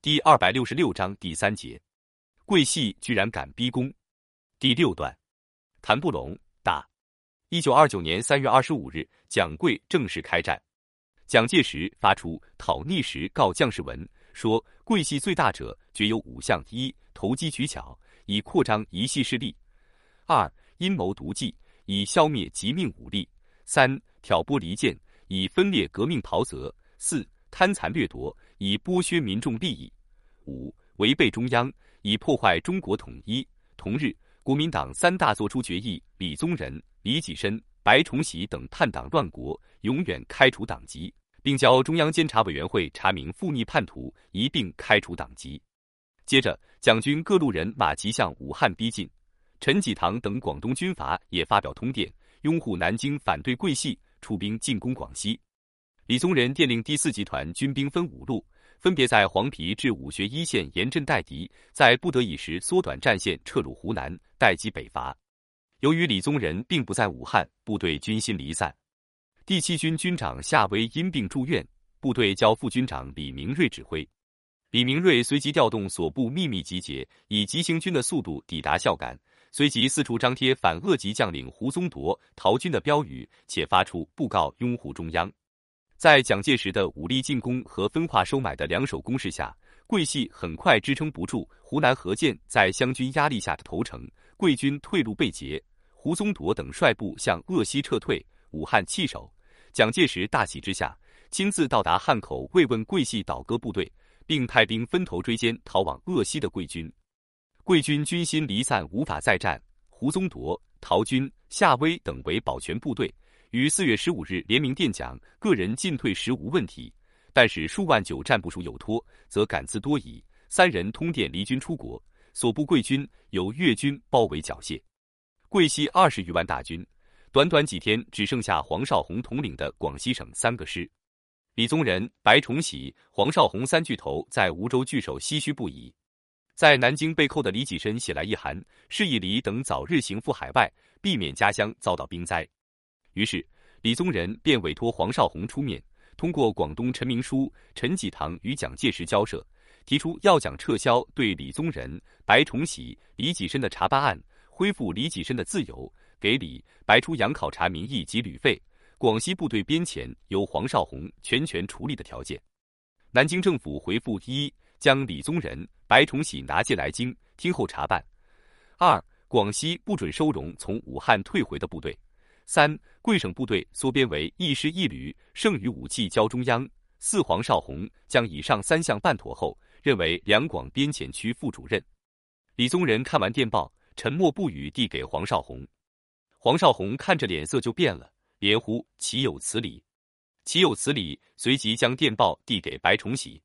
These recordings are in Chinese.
第266章第3节，桂系居然敢逼宫。第6段，谈不拢，打。1929年3月25日，蒋桂正式开战。蒋介石发出讨逆时告将士文，说桂系最大者决有5项：一、投机取巧，以扩张一系势力；二、阴谋毒计，以消灭极命武力；三、挑拨离间，以分裂革命袍泽；四、贪残掠夺，以剥削民众利益；五、违背中央，以破坏中国统一。同日，国民党3大作出决议，李宗仁、李济深、白崇禧等叛党乱国，永远开除党籍，并交中央监察委员会查明附逆叛徒，一并开除党籍。接着，蒋军各路人马即向武汉逼近，陈济棠等广东军阀也发表通电，拥护南京反对桂系，出兵进攻广西。李宗仁电令第4集团军兵分5路，分别在黄陂至武穴一线严阵待敌，在不得已时缩短战线，撤入湖南，待击北伐。由于李宗仁并不在武汉，部队军心离散。第7军军长夏威因病住院，部队交副军长李明瑞指挥。李明瑞随即调动所部秘密集结，以急行军的速度抵达孝感，随即四处张贴反鄂籍将领胡宗铎逃军的标语，且发出布告拥护中央。在蒋介石的武力进攻和分化收买的两手攻势下，桂系很快支撑不住。湖南何键在湘军压力下的投诚，桂军退路被截，胡宗铎等率部向鄂西撤退，武汉弃守。蒋介石大喜之下，亲自到达汉口慰问桂系倒戈部队，并派兵分头追歼逃往鄂西的桂军。桂军军心离散，无法再战。胡宗铎、陶军、夏威等为保全部队，于4月15日联名电讲，个人进退时无问题，但是数万久战部署有托，则敢自多疑。3人通电离军出国，所部桂军由粤军包围缴械。桂系20余万大军，短短几天只剩下黄绍竑统领的广西省3个师。李宗仁、白崇禧、黄绍竑3巨头在梧州据守唏嘘不已。在南京被扣的李济深写来一函，示意李等早日行赴海外，避免家乡遭到兵灾。于是，李宗仁便委托黄绍竑出面，通过广东陈明书、陈济棠与蒋介石交涉，提出要蒋撤销对李宗仁、白崇禧、李济深的查办案，恢复李济深的自由，给李、白出洋考察民意及旅费，广西部队编遣由黄绍竑全权处理的条件。南京政府回复：一、将李宗仁、白崇禧拿借来京，听候查办；二、广西不准收容从武汉退回的部队；三、桂省部队缩编为1师1旅，剩余武器交中央；四、黄绍竑将以上3项办妥后，任为两广边遣区副主任。李宗仁看完电报，沉默不语，递给黄绍竑。黄绍竑看着脸色就变了，连呼：岂有此理！岂有此理！随即将电报递给白崇禧。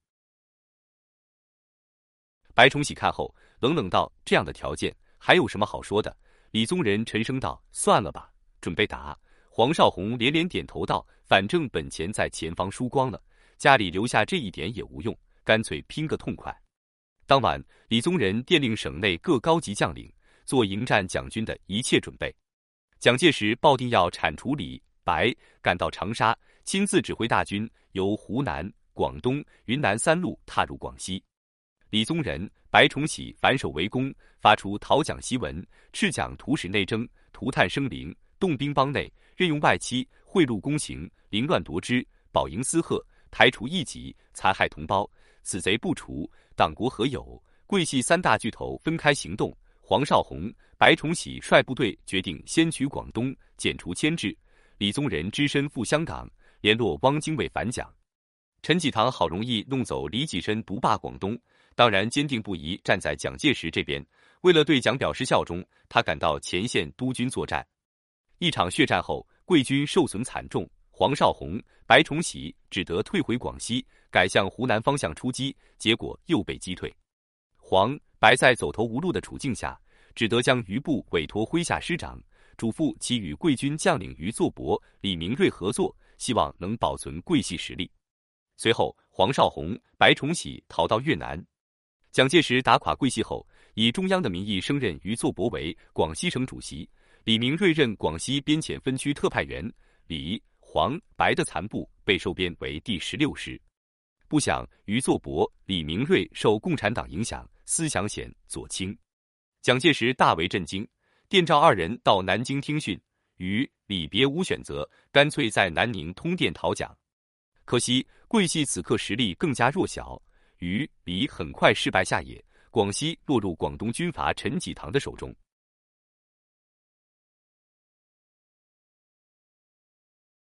白崇禧看后冷冷道：这样的条件还有什么好说的？李宗仁沉声道：算了吧，准备打。黄绍竑连连点头道：反正本钱在前方输光了，家里留下这一点也无用，干脆拼个痛快。当晚，李宗仁电令省内各高级将领做迎战蒋军的一切准备。蒋介石抱定要铲除李、白，赶到长沙，亲自指挥大军由湖南、广东、云南3路踏入广西。李宗仁、白崇禧反守为攻，发出讨蒋檄文，斥蒋图使内争，涂炭生灵，动兵邦内，任用外戚，贿赂公行，凌乱夺之，饱营私赫，台除异己，残害同胞，此贼不除，党国何有？桂系3大巨头分开行动，黄绍竑、白崇禧率部队决定先取广东，剪除牵制。李宗仁只身赴香港，联络汪精卫反蒋。陈济棠好容易弄走李济深，独霸广东，当然坚定不移站在蒋介石这边。为了对蒋表示效忠，他赶到前线督军作战。一场血战后，桂军受损惨重，黄绍竑、白崇禧只得退回广西，改向湖南方向出击，结果又被击退。黄、白在走投无路的处境下，只得将余部委托麾下师长，嘱咐其与桂军将领于作伯、李明瑞合作，希望能保存桂系实力。随后，黄绍竑、白崇禧逃到越南。蒋介石打垮桂系后，以中央的名义升任于作伯为广西省主席，李明瑞任广西边遣分区特派员，李、黄、白的残部被收编为第16师。 不想于作伯、李明瑞受共产党影响，思想显左倾。蒋介石大为震惊，电召二人到南京听训。于、李别无选择，干脆在南宁通电讨蒋。可惜桂系此刻实力更加弱小，于、李很快失败下野，广西落入广东军阀陈济棠的手中。